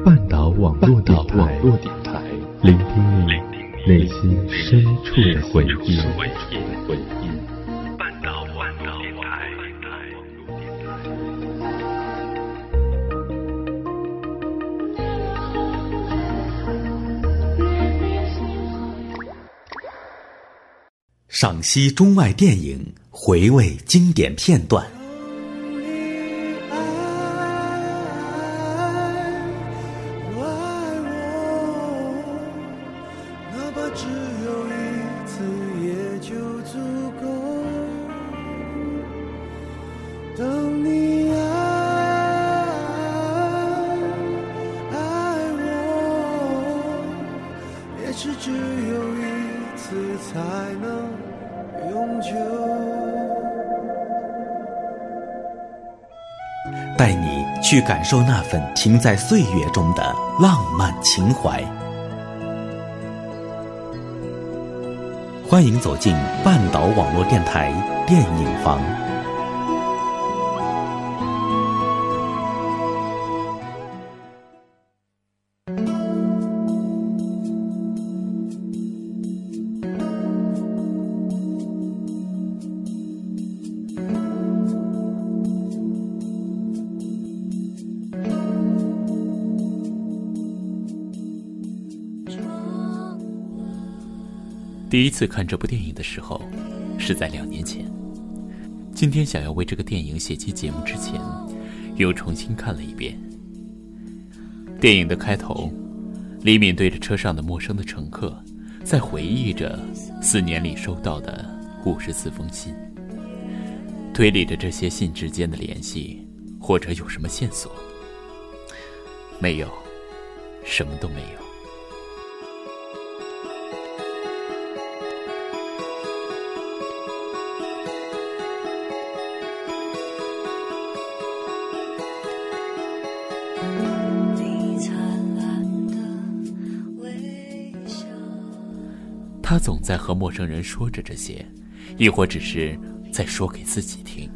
半岛网络电台，聆听你内心深处的回忆。半岛电台。 赏析中外电影，回味经典片段。带你去感受那份停在岁月中的浪漫情怀。欢迎走进半岛网络电台电影房。第一次看这部电影的时候是在2年前。今天想要为这个电影写期节目之前，又重新看了一遍。电影的开头，李敏对着车上的陌生的乘客，在回忆着4年里收到的54封信，推理着这些信之间的联系，或者有什么线索。没有，什么都没有。他总在和陌生人说着这些，亦或只是在说给自己听。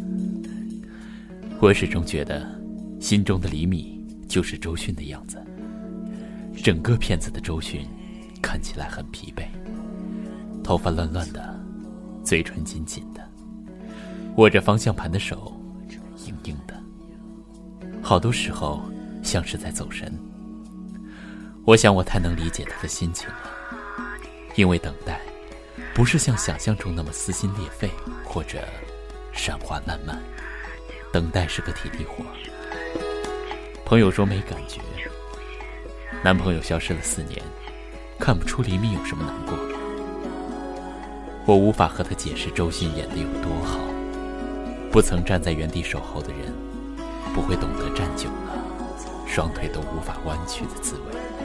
我始终觉得心中的李米就是周迅的样子。整个片子的周迅看起来很疲惫，头发乱乱的，嘴唇紧紧的，握着方向盘的手硬硬的，好多时候像是在走神。我想我太能理解他的心情了，因为等待不是像想象中那么撕心裂肺或者闪花烂漫，等待是个体力活。朋友说没感觉，男朋友消失了4年，看不出黎明有什么难过。我无法和他解释周迅演得有多好，不曾站在原地守候的人不会懂得站久了双腿都无法弯曲的滋味。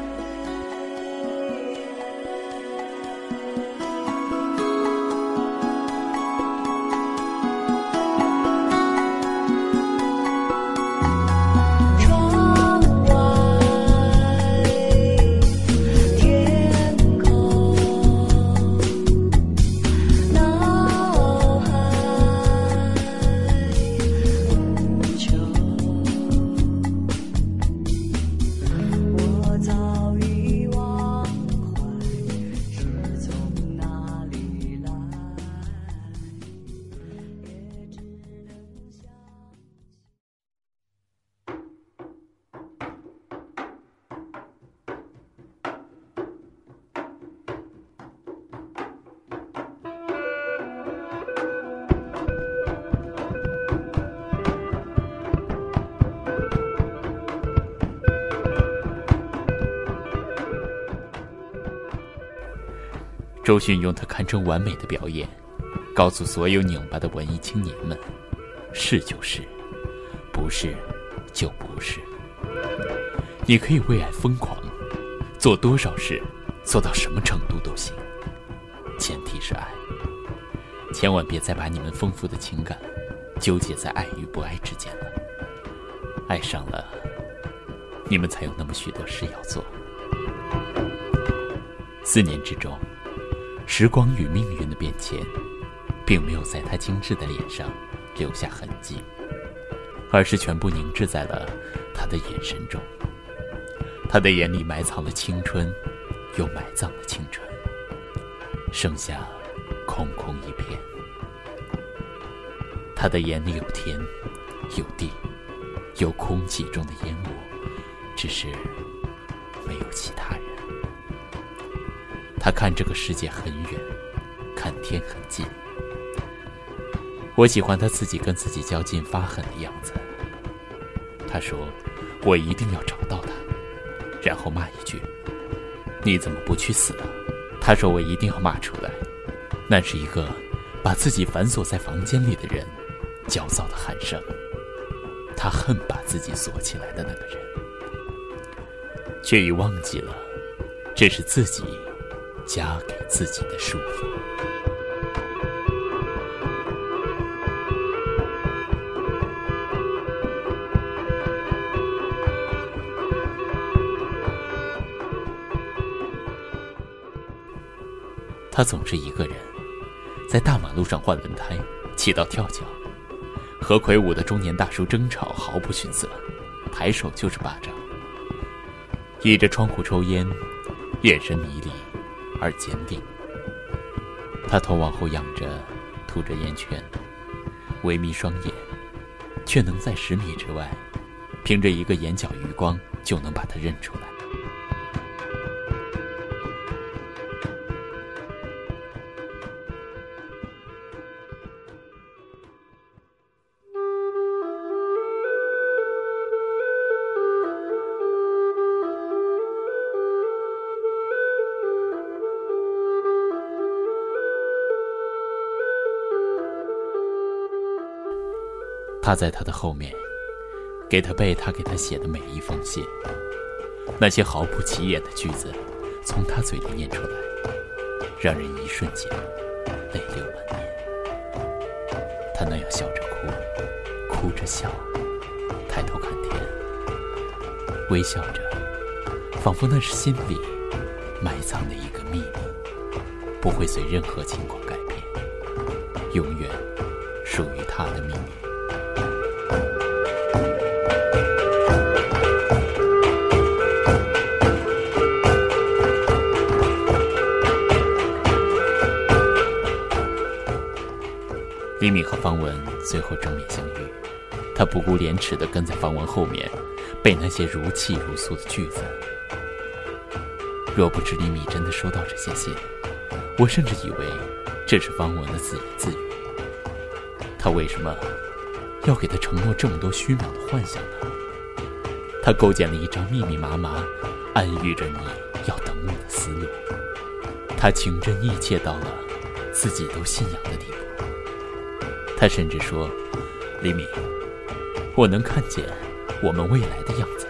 周迅用他堪称完美的表演，告诉所有拧巴的文艺青年们，是就是，不是就不是。你可以为爱疯狂，做多少事，做到什么程度都行，前提是爱。千万别再把你们丰富的情感纠结在爱与不爱之间了。爱上了，你们才有那么许多事要做。4年之中，时光与命运的变迁并没有在他精致的脸上留下痕迹，而是全部凝滞在了他的眼神中。 他的眼里埋藏了青春，又埋葬了青春，剩下空空一片。他的眼里有天，有地，有空气中的烟雾，只是没有其他人。他看这个世界很远，看天很近。我喜欢他自己跟自己较劲发狠的样子。他说我一定要找到他，然后骂一句你怎么不去死啊？他说我一定要骂出来，那是一个把自己反锁在房间里的人焦躁的喊声。他恨把自己锁起来的那个人，却已忘记了这是自己加给自己的束缚。他总是一个人在大马路上换轮胎，气到跳脚，和魁梧的中年大叔争吵毫不逊色，抬手就是巴掌。倚着窗户抽烟，眼神迷离而坚定。他头往后仰着，吐着烟圈，微眯双眼，却能在10米之外，凭着一个眼角余光就能把他认出来。他在他的后面，给他背他给他写的每一封信，那些毫不起眼的句子从他嘴里念出来，让人一瞬间泪流满面。他那样笑着哭，哭着笑，抬头看天，微笑着，仿佛那是心里埋藏的一个秘密，不会随任何情况改变，永远属于他的秘密。李敏和方文最后正面相遇，他不顾廉耻地跟在方文后面，背那些如泣如诉的句子。若不知李敏真的收到这些信，我甚至以为这是方文的自言自语。他为什么要给他承诺这么多虚渺的幻想呢？他构建了一张密密麻麻暗喻着你要等我的思路，他情真意切到了自己都信仰的地步。他甚至说，李敏，我能看见我们未来的样子。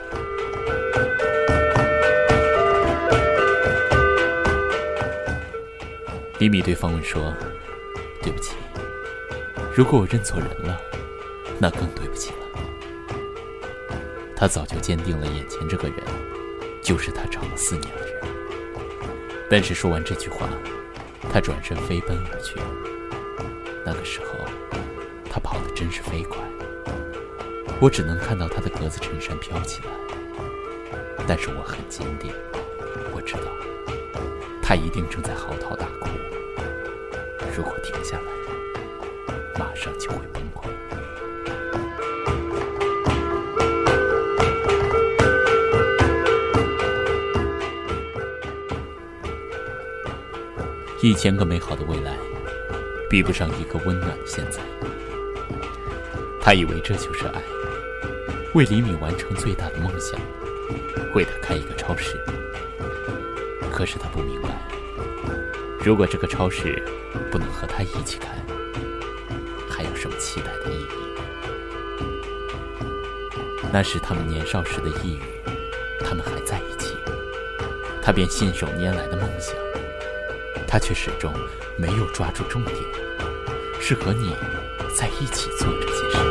李敏对方文说，对不起，如果我认错人了，那更对不起了。他早就坚定了眼前这个人就是他找了4年的人，但是说完这句话，他转身飞奔而去。那个时候他跑得真是飞快，我只能看到他的格子衬衫飘起来，但是我很坚定，我知道他一定正在嚎啕大哭，如果停下来，马上就会崩溃。1000个美好的未来比不上一个温暖的现在。他以为这就是爱，为李敏完成最大的梦想，为他开一个超市。可是他不明白，如果这个超市不能和他一起开，还有什么期待的意义？那是他们年少时的呓语，他们还在一起，他便信手拈来的梦想，他却始终没有抓住重点，是和你在一起做这些事。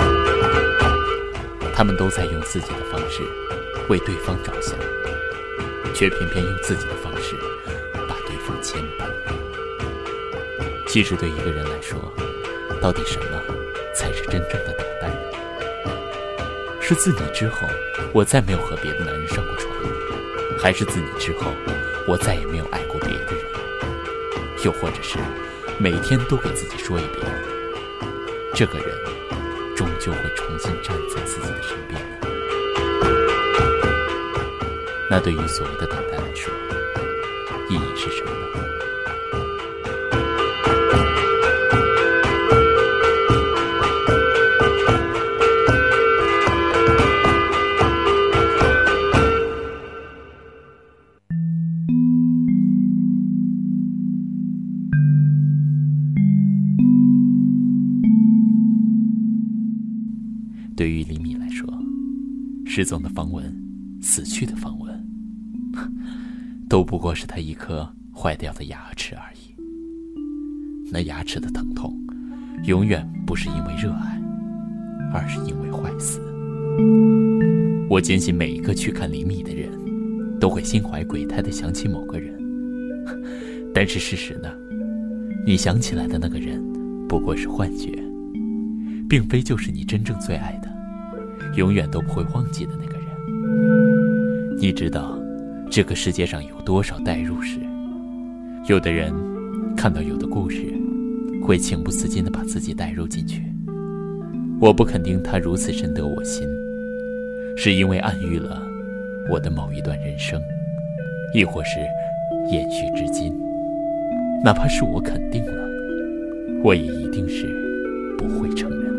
他们都在用自己的方式为对方着想，却偏偏用自己的方式把对方牵绊。其实对一个人来说，到底什么才是真正的等待呢？是自你之后，我再没有和别的男人上过床， 还是自你之后，我再也没有爱过别的人？又或者是每天都给自己说一遍，这个人终究会重新站在自己的身边呢？那对于所谓的等待来说，意义是什么呢？对于李米来说，失踪的方文，死去的方文，都不过是他一颗坏掉的牙齿而已。那牙齿的疼痛，永远不是因为热爱，而是因为坏死。我坚信每一个去看李米的人，都会心怀鬼胎地想起某个人。但是事实呢？你想起来的那个人，不过是幻觉，并非就是你真正最爱的，永远都不会忘记的那个人。你知道这个世界上有多少代入史？有的人看到有的故事，会情不自禁地把自己带入进去。我不肯定他如此深得我心，是因为暗喻了我的某一段人生，亦或是延续至今。哪怕是我肯定了，我也一定是不会承认。